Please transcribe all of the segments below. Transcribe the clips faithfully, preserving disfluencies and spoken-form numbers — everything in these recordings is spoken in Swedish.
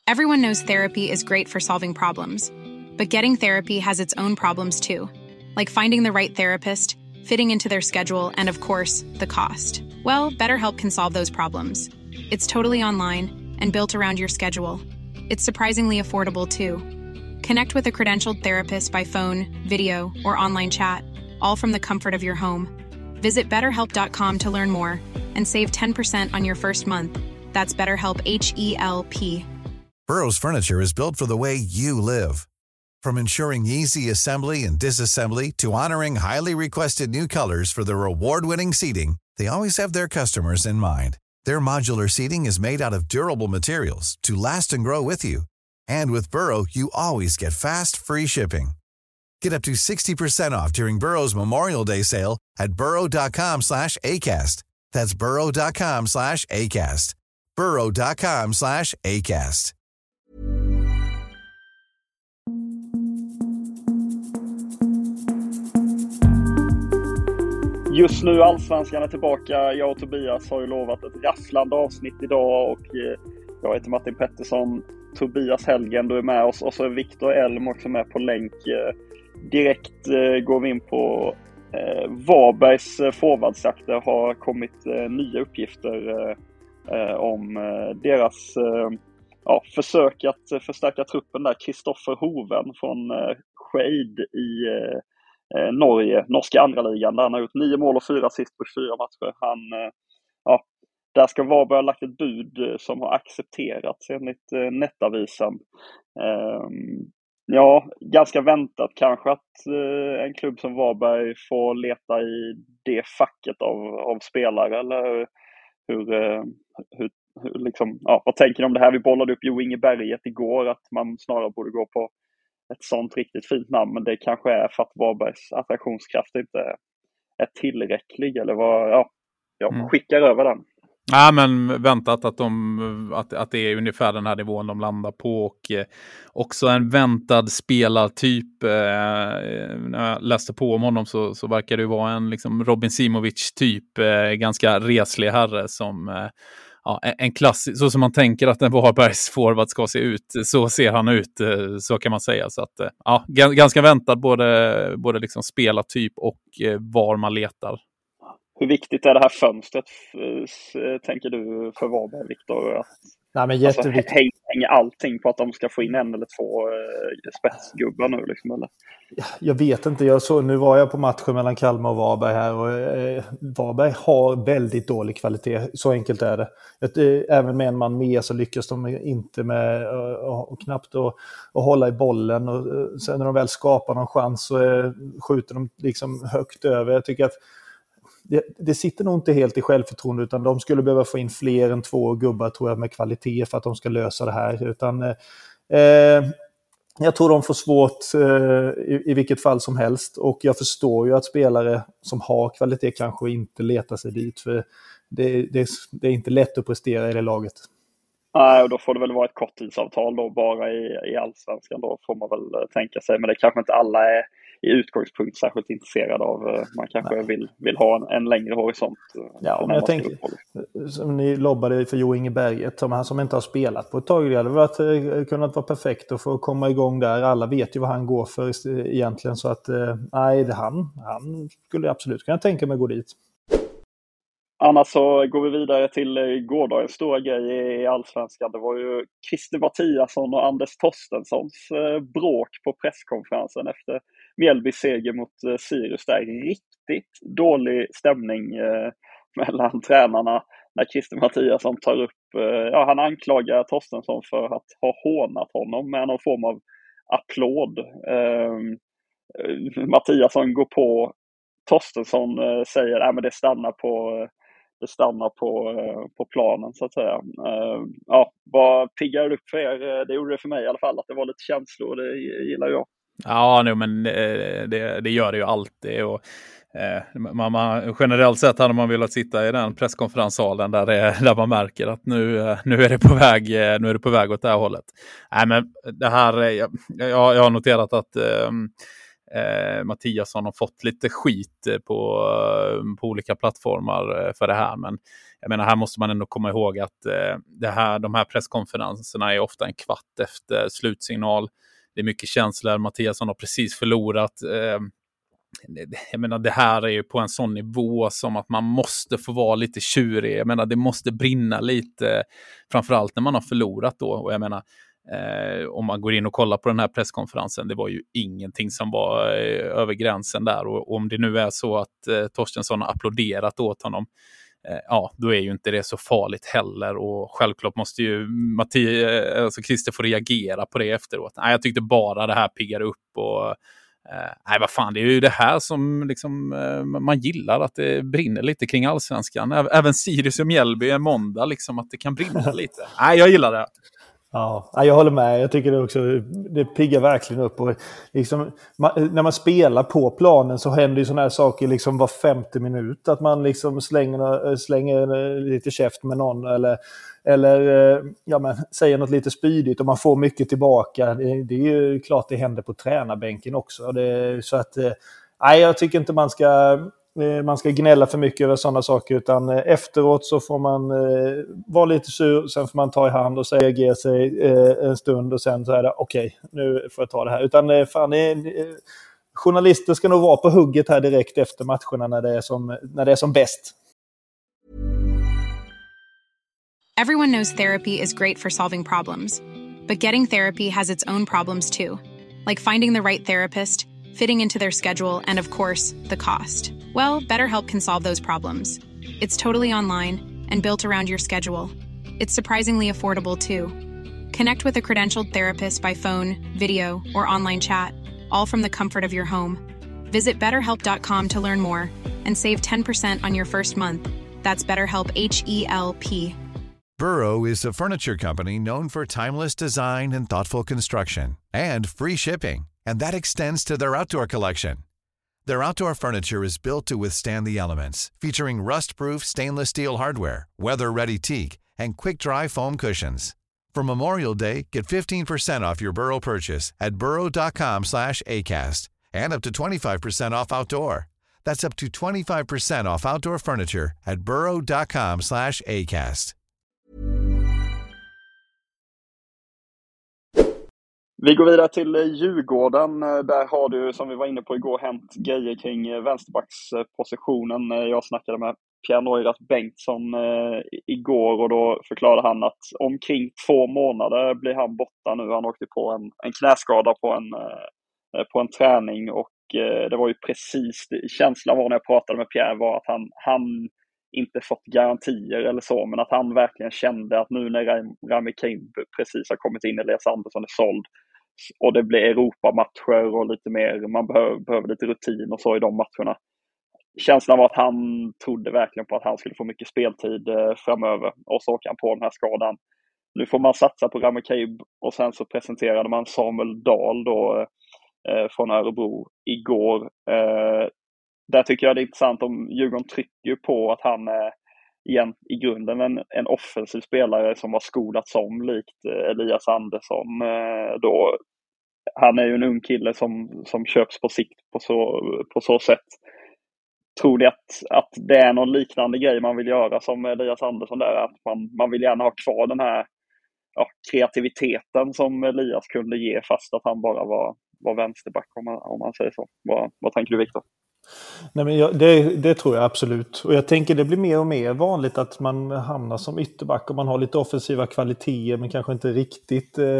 Everyone knows therapy is great for solving problems, but getting therapy has its own problems too, like finding the right therapist, fitting into their schedule, and of course, the cost. Well, BetterHelp can solve those problems. It's totally online and built around your schedule. It's surprisingly affordable too. Connect with a credentialed therapist by phone, video, or online chat, all from the comfort of your home. Visit better help dot com to learn more and save ten percent on your first month. That's BetterHelp, H E L P. Burrow's furniture is built for the way you live. From ensuring easy assembly and disassembly to honoring highly requested new colors for their award-winning seating, they always have their customers in mind. Their modular seating is made out of durable materials to last and grow with you. And with Burrow, you always get fast, free shipping. Get up to sixty percent off during Burrow's Memorial Day sale at burrow dot com slash ACAST. That's burrow dot com slash ACAST. burrow dot com slash ACAST. Just nu Allsvenskan är tillbaka. Jag och Tobias har ju lovat ett rafflande avsnitt idag och jag heter Martin Pettersson. Tobias Helgen, du är med oss, och så är Viktor Elm också med på länk. Direkt går vi in på eh, Varbergs forwardsjakter. Har kommit eh, nya uppgifter eh, om eh, deras eh, ja, försök att förstärka truppen där. Kristoffer Hoven från eh, Skeid i eh, Norge, norska andra ligan, där han har gjort nio mål och fyra assist på fyra matcher. Han, eh, ja, där ska Varberg ha lagt ett bud som har accepterats enligt eh, Nettavisen. Eh, ja, ganska väntat kanske att eh, en klubb som Varberg får leta i det facket av, av spelare, eller hur, eh, hur, hur liksom, ja, vad tänker ni om det här? Vi bollade upp Jo Inge Berget igår, att man snarare borde gå på ett sånt riktigt fint namn, men det kanske är för att Varbergs attraktionskraft inte är tillräcklig, eller vad, ja, jag mm. skickar över den. Ja, men väntat att, de, att, att det är ungefär den här nivån de landar på, och eh, också en väntad spelartyp. Eh, när jag läste på om honom så, så verkar det vara en liksom Robin Simovic-typ, eh, ganska reslig herre som eh, ja, en klassisk, så som man tänker att en Varbergs forward ska se ut, så ser han ut, eh, så kan man säga. Så att, eh, ja, g- ganska väntad både, både liksom spelartyp och eh, var man letar. Hur viktigt är det här fönstret, tänker du, för Varberg, Viktor? Nej, men jätteviktigt. Alltså, hänger allting på att de ska få in en eller två spetsgubbar nu liksom, eller? Jag vet inte, jag så, nu var jag på matchen mellan Kalmar och Varberg här, och eh, Varberg har väldigt dålig kvalitet, så enkelt är det. Att, eh, även med en man med så lyckas de inte med och, och knappt att och hålla i bollen, och eh, sen när de väl skapar någon chans så eh, skjuter de liksom högt över. Jag tycker att Det, det sitter nog inte helt i självförtroende, utan de skulle behöva få in fler än två gubbar, tror jag, med kvalitet för att de ska lösa det här. Utan, eh, jag tror de får svårt eh, i, i vilket fall som helst, och jag förstår ju att spelare som har kvalitet kanske inte letar sig dit, för det, det, det är inte lätt att prestera i det laget. Nej, och då får det väl vara ett korttidsavtal då, bara i, i Allsvenskan då, får man väl tänka sig. Men det kanske inte alla är i utgångspunkt särskilt intresserade av. Man kanske vill, vill ha en, en längre horisont. Ja, men jag tänker, som ni lobbade för Jo Inge Berget, som han som inte har spelat på ett tag, det hade varit, kunnat vara perfekt att få komma igång där. Alla vet ju vad han går för egentligen, så att nej, det han, han skulle absolut kunna tänka mig gå dit. Annars så går vi vidare till gårdagens stora grej i Allsvenskan. Det var ju Christer Mattiasson och Anders Torstenssons bråk på presskonferensen efter Mjällbys seger mot Sirius. Där riktigt dålig stämning eh, mellan tränarna när Christer Mattiasson tar upp, eh, ja, han anklagar Torstensson för att ha hånat honom med någon form av applåd. Eh, Mattiasson går på, Torstensson eh, säger att äh, det stannar på eh, det stannar på, eh, på planen, så att säga. Eh, ja, vad piggar det upp för er? Det gjorde det för mig i alla fall, att det var lite känslor, och det gillar jag. Ja, nu, men eh, det, det gör det ju alltid, och eh, man, man, generellt sett hade man velat sitta i den presskonferenssalen där, det, där man märker att nu, nu är det på väg nu är det på väg åt det här hållet. Nej, men det här, jag, jag har noterat att eh, eh, Mattiasson har fått lite skit på, på olika plattformar för det här. Men jag menar, här måste man ändå komma ihåg att eh, det här, de här presskonferenserna är ofta en kvart efter slutsignal. Det är mycket känslor. Mattiasson har precis förlorat. Eh, jag menar, det här är ju på en sån nivå som att man måste få vara lite tjurig. Jag menar, det måste brinna lite, framförallt när man har förlorat då. Och jag menar, eh, om man går in och kollar på den här presskonferensen, det var ju ingenting som var eh, över gränsen där. Och, och om det nu är så att eh, Torstensson har applåderat åt honom, eh, ja, då är ju inte det så farligt heller. Och självklart måste ju Mattias, alltså Christer, få reagera på det efteråt. Nej, jag tyckte bara det här piggar upp och Uh, nej, vad fan, det är ju det här som liksom, uh, man gillar, att det brinner lite kring allsvenskan. Ä- även Sirius och Mjällby är måndag, liksom, att det kan brinna lite. Nej, jag gillar det. Ja, jag håller med. Jag tycker det också, det piggar verkligen upp. Och liksom, man, när man spelar på planen så händer ju såna här saker liksom var femte minut. Att man liksom slänger, slänger lite käft med någon eller, eller ja, men, säger något lite spydigt och man får mycket tillbaka. Det, det är ju klart det händer på tränarbänken också. Det, så att, nej, jag tycker inte man ska... Man ska gnälla för mycket över sådana saker, utan efteråt så får man eh, vara lite sur, sen får man ta i hand och säga ge sig eh, en stund och sen så är det okej, okay, nu får jag ta det här. Utan eh, fan, eh, journalister ska nog vara på hugget här direkt efter matcherna när det är som, när det är som bäst. Everyone knows therapy is great for solving problems, but getting therapy has its own problems too, like finding the right therapist, fitting into their schedule, and of course, the cost. Well, BetterHelp can solve those problems. It's totally online and built around your schedule. It's surprisingly affordable too. Connect with a credentialed therapist by phone, video, or online chat, all from the comfort of your home. Visit better help dot com to learn more and save ten percent on your first month. That's BetterHelp, H E L P. Burrow is a furniture company known for timeless design and thoughtful construction and free shipping, and that extends to their outdoor collection. Their outdoor furniture is built to withstand the elements, featuring rust-proof stainless steel hardware, weather-ready teak, and quick-dry foam cushions. For Memorial Day, get fifteen percent off your Burrow purchase at burrow dot com slash acast, and up to twenty-five percent off outdoor. That's up to twenty-five percent off outdoor furniture at burrow dot com slash acast. Vi går vidare till Djurgården. Där har du, som vi var inne på igår, hänt grejer kring vänsterbackspositionen. Jag snackade med Pierre Neurath Bengtsson eh, igår och då förklarade han att omkring två månader blir han borta nu. Han åkte på en, en knäskada på en, eh, på en träning och eh, det var ju precis, känslan var när jag pratade med Pierre var att han, han inte fått garantier eller så, men att han verkligen kände att nu när Rami Kaim precis har kommit in, Elias Andersson är såld och det blir Europamatcher och lite mer, man behöver, behöver lite rutin och så i de matcherna. Känslan var att han trodde verkligen på att han skulle få mycket speltid eh, framöver och så åker han på den här skadan. Nu får man satsa på Rami Kaim och sen så presenterade man Samuel Dahl då eh, från Örebro igår. Eh, där tycker jag det är intressant om Djurgården trycker på att han är igen, i grunden en, en offensiv spelare som har skolats om likt eh, Elias Andersson. Eh, då. Han är ju en ung kille som, som köps på sikt på så, på så sätt. Tror ni att, att det är någon liknande grej man vill göra som Elias Andersson där? Att man, man vill gärna ha kvar den här ja, kreativiteten som Elias kunde ge fast att han bara var, var vänsterback om man, om man säger så. Vad, vad tänker du, Viktor? Nej, men jag, det, det tror jag absolut. Och jag tänker det blir mer och mer vanligt att man hamnar som ytterback och man har lite offensiva kvaliteter men kanske inte riktigt eh,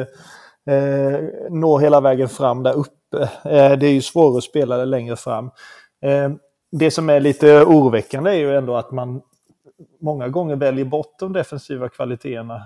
eh, når hela vägen fram där uppe. Eh, det är ju svårare att spela det längre fram. Eh, det som är lite oroväckande är ju ändå att man många gånger väljer bort de defensiva kvaliteterna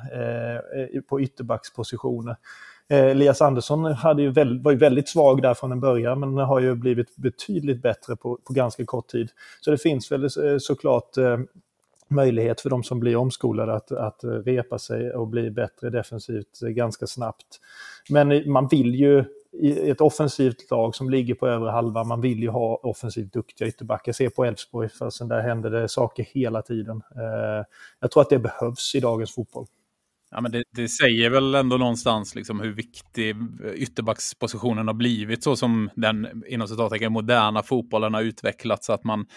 eh, på ytterbackspositioner. Elias Andersson hade ju väldigt, var ju väldigt svag där från en början men har ju blivit betydligt bättre på, på ganska kort tid. Så det finns väl såklart eh, möjlighet för de som blir omskolade att, att repa sig och bli bättre defensivt ganska snabbt. Men man vill ju i ett offensivt lag som ligger på övre halva, man vill ju ha offensivt duktiga ytterbackar. Se på Elfsborg, för sen där händer det saker hela tiden. Eh, jag tror att det behövs i dagens fotboll. Ja, men det, det säger väl ändå någonstans liksom hur viktig ytterbackspositionen har blivit, så som den inom citattecken moderna fotbollen har utvecklats. Att man,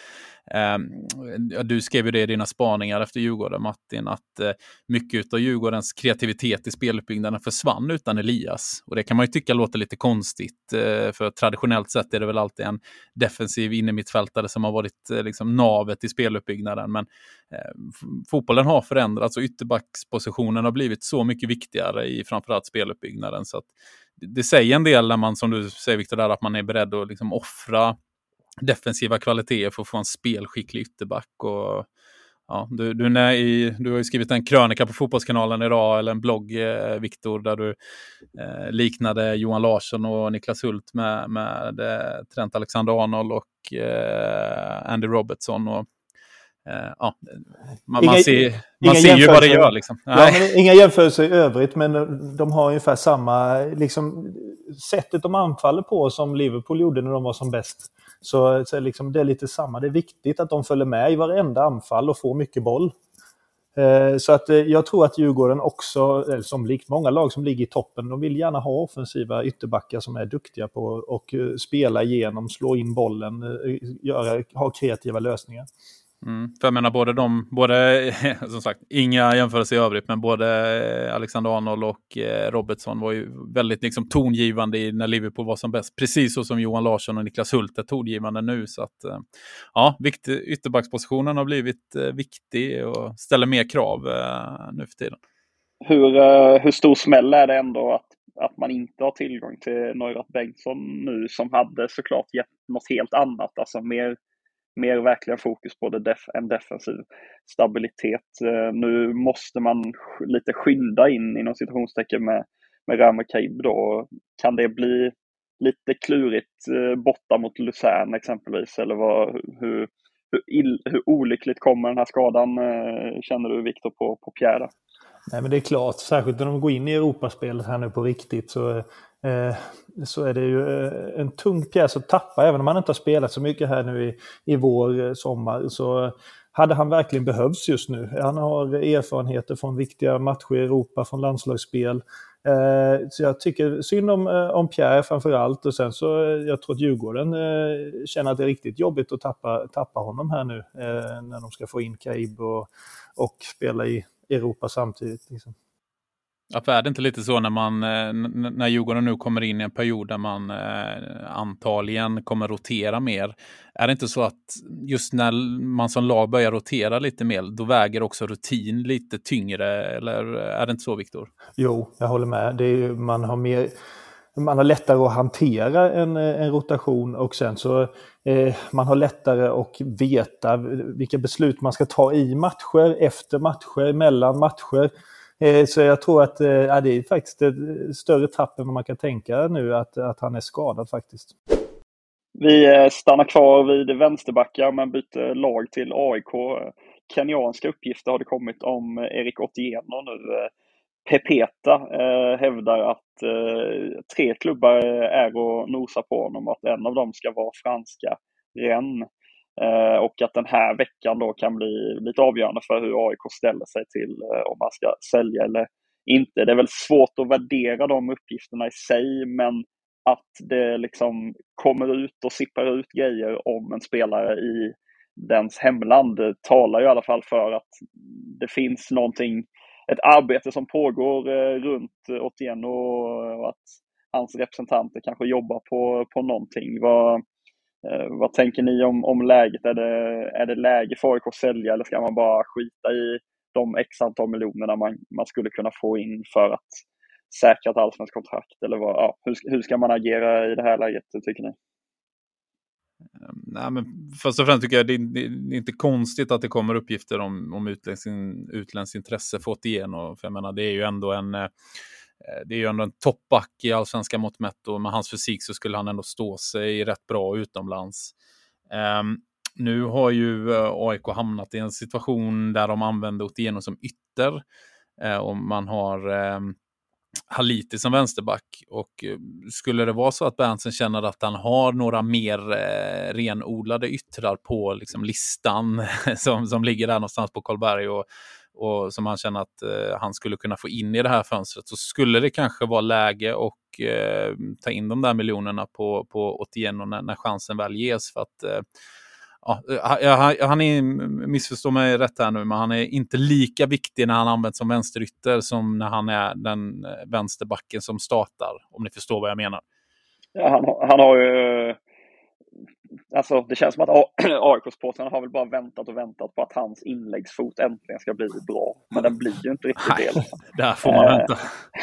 eh, du skrev ju det i dina spaningar efter Djurgården, Martin, att eh, mycket av Djurgårdens kreativitet i speluppbyggnaden försvann utan Elias. Och det kan man ju tycka låter lite konstigt, eh, för traditionellt sett är det väl alltid en defensiv innermittfältare som har varit eh, liksom navet i speluppbyggnaden. Men eh, fotbollen har förändrats och ytterbackspositionen har blivit så mycket viktigare i framförallt speluppbyggnaden, så att det, det säger en del när man, som du säger Victor, där, att man är beredd att liksom offra defensiva kvaliteter för att få en spelskicklig ytterback. Och ja, du, du, är i, du har ju skrivit en krönika på Fotbollskanalen idag, eller en blogg, eh, Victor, där du eh, liknade Johan Larsson och Niklas Hult med, med eh, Trent Alexander-Arnold och eh, Andy Robertson. Och Uh, ja, man, inga, man ser, man ser ju vad det gör liksom. Ja, men inga jämförelser i övrigt, men de har ungefär samma liksom, sättet de anfaller på som Liverpool gjorde när de var som bäst. Så, så liksom, det är lite samma. Det är viktigt att de följer med i varenda anfall och får mycket boll. Uh, så att uh, jag tror att Djurgården också, eller som likt många lag som ligger i toppen, de vill gärna ha offensiva ytterbackar som är duktiga på att uh, spela igenom, slå in bollen, uh, göra, ha kreativa lösningar. Mm, för jag menar både de, både, som sagt, inga jämförelser i övrigt, men både Alexander Arnold och eh, Robertson var ju väldigt liksom tongivande i, när Liverpool var som bäst. Precis så som Johan Larsson och Niklas Hult är tongivande nu. Så att, eh, ja, viktig, ytterbackspositionen har blivit eh, viktig och ställer mer krav eh, nu för tiden. Hur, eh, hur stor smäll är det ändå att, att man inte har tillgång till Neurath Bengtsson nu, som hade såklart gett något helt annat, alltså mer mer verkligen fokus på det def- en defensiv stabilitet. Uh, nu måste man sk- lite skynda in inom situationstecken med, med Rami Kaib då. Kan det bli lite klurigt uh, borta mot Luzern exempelvis? Eller vad, hur, hur, ill, hur olyckligt kommer den här skadan, uh, känner du Victor, på, på Pierre? Nej, men det är klart, särskilt när de går in i Europaspelet här nu på riktigt, så, eh, så är det ju eh, en tung pjäs att tappa. Även om han inte har spelat så mycket här nu i, i vår eh, sommar, så hade han verkligen behövts just nu. Han har erfarenheter från viktiga matcher i Europa, från landslagsspel. Eh, så jag tycker synd om, eh, om Pierre framförallt. Och sen så, eh, jag tror att Djurgården eh, känner att det är riktigt jobbigt att tappa, tappa honom här nu. Eh, när de ska få in Kaib och, och spela i Europa samtidigt. Liksom. Ja, för är det inte lite så när man när Djurgården nu kommer in i en period där man eh, antagligen kommer rotera mer, är det inte så att just när man som lag börjar rotera lite mer, då väger också rutin lite tyngre, eller är det inte så, Victor? Jo, jag håller med. Det är ju, man har mer man har lättare att hantera en, en rotation, och sen så eh, man har lättare att veta vilka beslut man ska ta i matcher, efter matcher, mellan matcher. Eh, så jag tror att eh, det är faktiskt ett större tapp än vad man kan tänka nu att, att han är skadad faktiskt. Vi stannar kvar vid vänsterbackar men byter lag till A I K. Kenyanska uppgifter har det kommit om Erik Otieno nu. Pepeta eh, hävdar att eh, tre klubbar är och nosar på honom, att en av dem ska vara franska Rennes. Eh, och att den här veckan då kan bli lite avgörande för hur A I K ställer sig till eh, om man ska sälja eller inte. Det är väl svårt att värdera de uppgifterna i sig, men att det liksom kommer ut och sipprar ut grejer om en spelare i dens hemland talar ju i alla fall för att det finns någonting, ett arbete som pågår eh, runt Otieno, och att hans representanter kanske jobbar på, på någonting. Vad, eh, vad tänker ni om, om läget? Är det, är det läge för A I K att sälja, eller ska man bara skita i de x antal miljonerna man, man skulle kunna få in för att säkra ett allsvenskt kontrakt? Eller vad, ja, hur, hur ska man agera i det här läget, tycker ni? Nej, men först och främst tycker jag det är, det är inte konstigt att det kommer uppgifter om, om utländsk, utländsk intresse för Otieno. För jag menar, det är ju ändå en det är ju ändå en toppback i allsvenska mått mätt, och med hans fysik så skulle han ändå stå sig rätt bra utomlands. Um, nu har ju A I K hamnat i en situation där de använder Otieno som ytter, uh, och man har um, Haliti som vänsterback, och skulle det vara så att Berntsen känner att han har några mer eh, renodlade yttrar på liksom listan som, som ligger där någonstans på Karlberg och och som han känner att eh, han skulle kunna få in i det här fönstret, så skulle det kanske vara läge och eh, ta in de där miljonerna på, på Otieno när, när chansen väl ges. För att eh, ja, han, han är, missförstår mig rätt här nu, men han är inte lika viktig när han används som vänsterytter som när han är den vänsterbacken som startar, om ni förstår vad jag menar. Ja, han, han har ju... Alltså, det känns som att A I K-sportarna har väl bara väntat och väntat på att hans inläggsfot äntligen ska bli bra. Men den blir ju inte riktigt det. Liksom. Där får man vänta.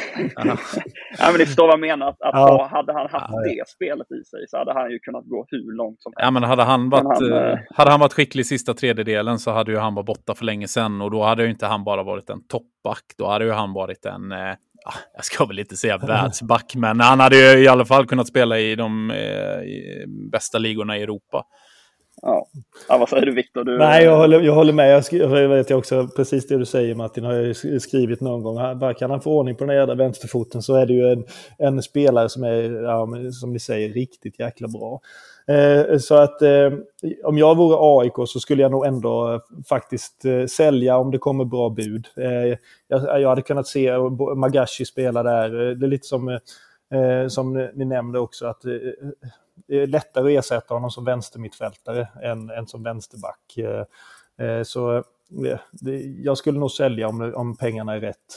Ja, men ni förstår vad jag menar. Att, att ja. Hade han haft ja, ja. det spelet i sig så hade han ju kunnat gå hur långt som helst. Ja, men hade han varit, men han, hade han varit skicklig i sista tredjedelen så hade ju han varit borta för länge sedan. Och då hade ju inte han bara varit en toppback. Då hade ju han varit en... jag ska väl inte säga världsback, men han hade ju i alla fall kunnat spela i de eh, i bästa ligorna i Europa. Ja, ja vad säger du, Victor? Du... Nej, jag håller, jag håller med. Jag, skri- jag vet jag också precis det du säger, Martin, har jag skrivit någon gång. Bara kan han få ordning på den jävla vänsterfoten så är det ju en, en spelare som är, ja, som ni säger, riktigt jäkla bra. Eh, så att eh, om jag vore A I K så skulle jag nog ändå eh, faktiskt eh, sälja om det kommer bra bud. Eh, jag, jag hade kunnat se Magashi spela där. Det är lite som, eh, som ni nämnde också, att eh, det är lättare att ersätta honom som vänstermittfältare än, än som vänsterback. Eh, eh, så eh, det, jag skulle nog sälja om, om pengarna är rätt.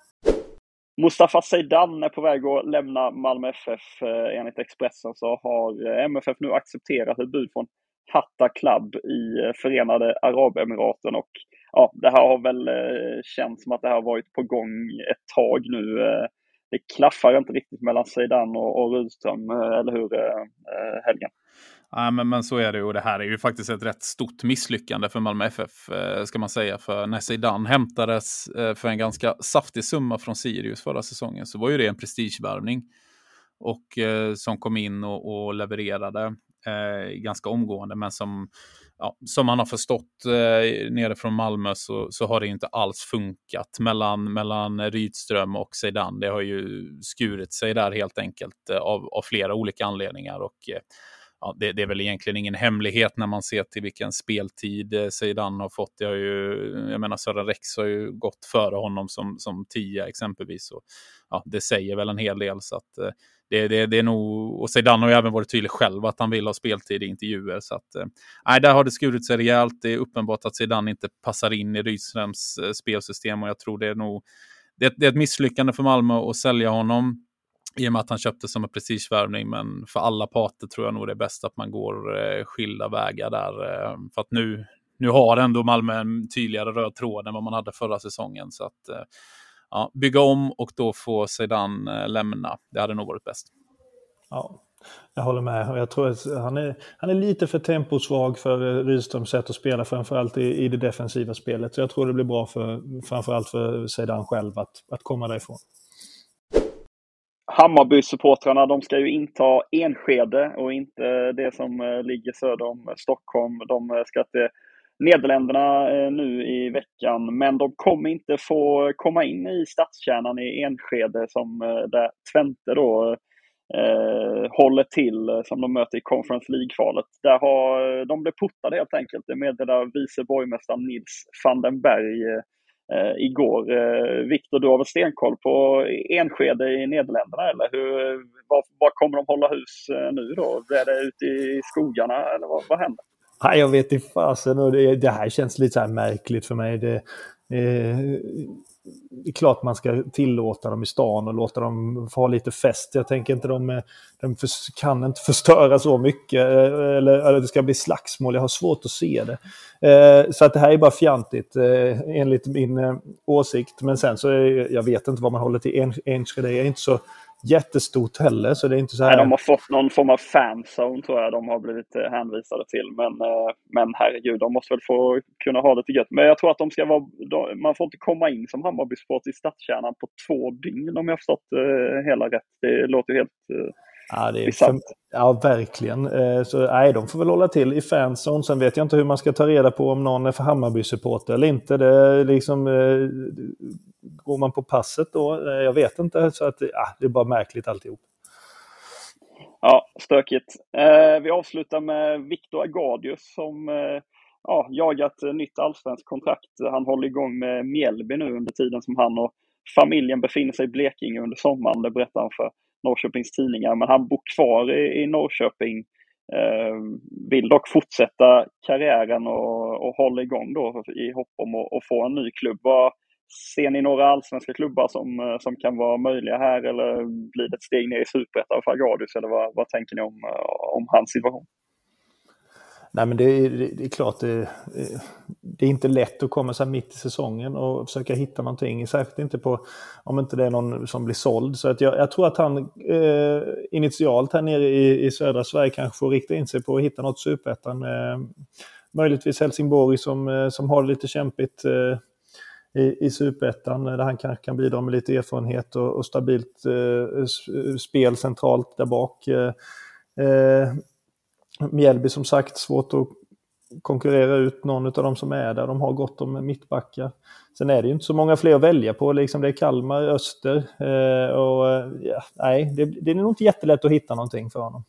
Mustafa Zeidan är på väg att lämna Malmö F F. Enligt Expressen så har M F F nu accepterat ett bud från Hatta Club i Förenade Arabemiraten. Och ja, det här har väl känts som att det här har varit på gång ett tag nu. Det klaffar inte riktigt mellan Zeidan och, och Rydström, eller hur, Helgen? Ja, men, men så är det, och det här är ju faktiskt ett rätt stort misslyckande för Malmö F F, ska man säga. För när Zeidan hämtades för en ganska saftig summa från Sirius förra säsongen så var ju det en prestigevärvning och eh, som kom in och, och levererade eh, ganska omgående, men som, ja, som man har förstått eh, nere från Malmö så, så har det inte alls funkat mellan, mellan Rydström och Zeidan. Det har ju skurit sig där helt enkelt eh, av, av flera olika anledningar, och eh, ja, det, det är väl egentligen ingen hemlighet när man ser till vilken speltid Zeidan har fått. Jag, har ju, jag menar, Sören Rex har ju gått före honom som, som tia exempelvis. Och, ja, det säger väl en hel del. Så att, eh, det, det, det är nog, och Zeidan har ju även varit tydlig själv att han vill ha speltid i intervjuer. Så att, eh, nej, där har det skurit sig rejält. Det är uppenbart att Zeidan inte passar in i Rydströms eh, spelsystem. Och jag tror det är nog det, det är ett misslyckande för Malmö att sälja honom, i och med att han köpte som en prestigevärvning. Men för alla parter tror jag nog det är bäst att man går eh, skilda vägar där. Eh, för att nu, nu har ändå Malmö en tydligare röd tråd än vad man hade förra säsongen. Så att eh, ja, bygga om och då få sedan eh, lämna. Det hade nog varit bäst. Ja, jag håller med. Jag tror att han är, han är lite för temposvag för Rydströms sätt att spela, framförallt i, i det defensiva spelet. Så jag tror det blir bra för, framförallt för Zeidan själv att, att komma därifrån. Hammarby-supportrarna, de ska ju inta Enskede och inte det som ligger söder om Stockholm. De ska till Nederländerna nu i veckan, men de kommer inte få komma in i stadskärnan i Enskede som där Twente då eh, håller till, som de möter i Conference League-kvalet. Där har de blivit puttade helt enkelt. Det meddelar vice borgmästaren Nils van den Berg eh, igår. Eh, Victor, du har väl stenkoll på Enskede i Nederländerna, eller hur? Var, var kommer de hålla hus eh, nu då? Är det ute i skogarna, eller vad, vad händer? Nej, jag vet inte fasen, och det, det här känns lite så här märkligt för mig. Det, eh, det är klart man ska tillåta dem i stan och låta dem få ha lite fest. Jag tänker inte de, de för, kan inte förstöra så mycket, eller, eller det ska bli slagsmål. Jag har svårt att se det. Eh, så att det här är bara fjantigt eh, enligt min eh, åsikt. Men sen så är, jag vet inte vad man håller till. Enskede är inte så jättestort heller, så det är inte så här. Nej, de har fått någon form av fanzone, tror jag de har blivit hänvisade till, men, men herregud, de måste väl få kunna ha det till gött. Men jag tror att de ska vara, de, man får inte komma in som Hammarby-sport i stadskärnan på två dygn, om jag har förstått uh, hela rätt. Det låter ju helt uh, ja, det är för, ja, verkligen. Uh, så nej, de får väl hålla till i fanzone. Sen vet jag inte hur man ska ta reda på om någon är för Hammarby-supporter eller inte. Det är liksom uh, går man på passet då? Jag vet inte, så att ja, det är bara märkligt alltihop. Ja, stökigt. Eh, vi avslutar med Victor Agadius som eh, ja, jagat nytt allsvenskt kontrakt. Han håller igång med Mjällby nu under tiden som han och familjen befinner sig i Blekinge under sommaren. Det berättar han för Norrköpings tidningar. Men han bor kvar i, i Norrköping. Eh, vill dock fortsätta karriären och, och hålla igång då i hopp om att, att få en ny klubb. Vad, ser ni några allsvenska klubbar som, som kan vara möjliga här, eller blir det ett steg ner i Superettan för Agadius, eller vad, vad tänker ni om, om hans situation? Nej, men det är, det är klart, det, det är inte lätt att komma så här mitt i säsongen och försöka hitta någonting, särskilt inte på, om inte det är någon som blir såld. Så att jag, jag tror att han eh, initialt här nere i, i södra Sverige kanske får rikta in sig på att hitta något Superettan. Eh, möjligtvis Helsingborg som, eh, som har det lite kämpigt eh, i, i Superettan, där han kanske kan bidra med lite erfarenhet och, och stabilt eh, spel centralt där bak. Eh, eh, Mjällby som sagt, svårt att konkurrera ut någon av de som är där. De har gott om mittbackar. Sen är det ju inte så många fler att välja på. Liksom det är Kalmar, Öster. Eh, och, ja, nej, det, det är nog inte jättelätt att hitta någonting för honom.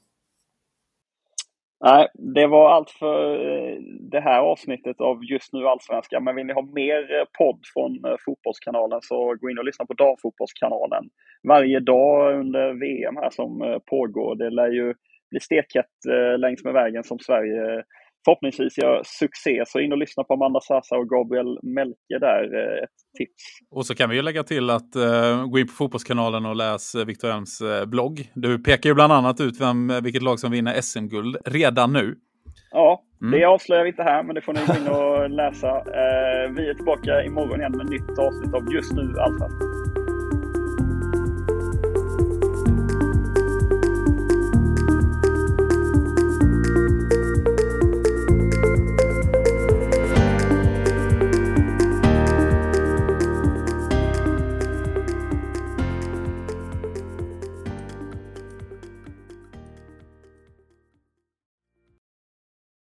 Nej, det var allt för det här avsnittet av Just nu Allsvenska. Men vill ni ha mer podd från Fotbollskanalen så gå in och lyssna på Damfotbollskanalen. Varje dag under V M här som pågår. Det lär ju bli steket längs med vägen som Sverige förhoppningsvis gör succé. Så in och lyssna på Amanda Sasa och Gabriel Melke där. Ett tips. Och så kan vi ju lägga till att uh, gå in på Fotbollskanalen och läs Viktor Elms uh, blogg. Du pekar ju bland annat ut vem, vilket lag som vinner S M-guld redan nu. Ja, mm. det avslöjar vi inte här, men det får ni gå in och läsa. Uh, vi är tillbaka imorgon igen med ett nytt avsnitt av Just nu Allsvenskan.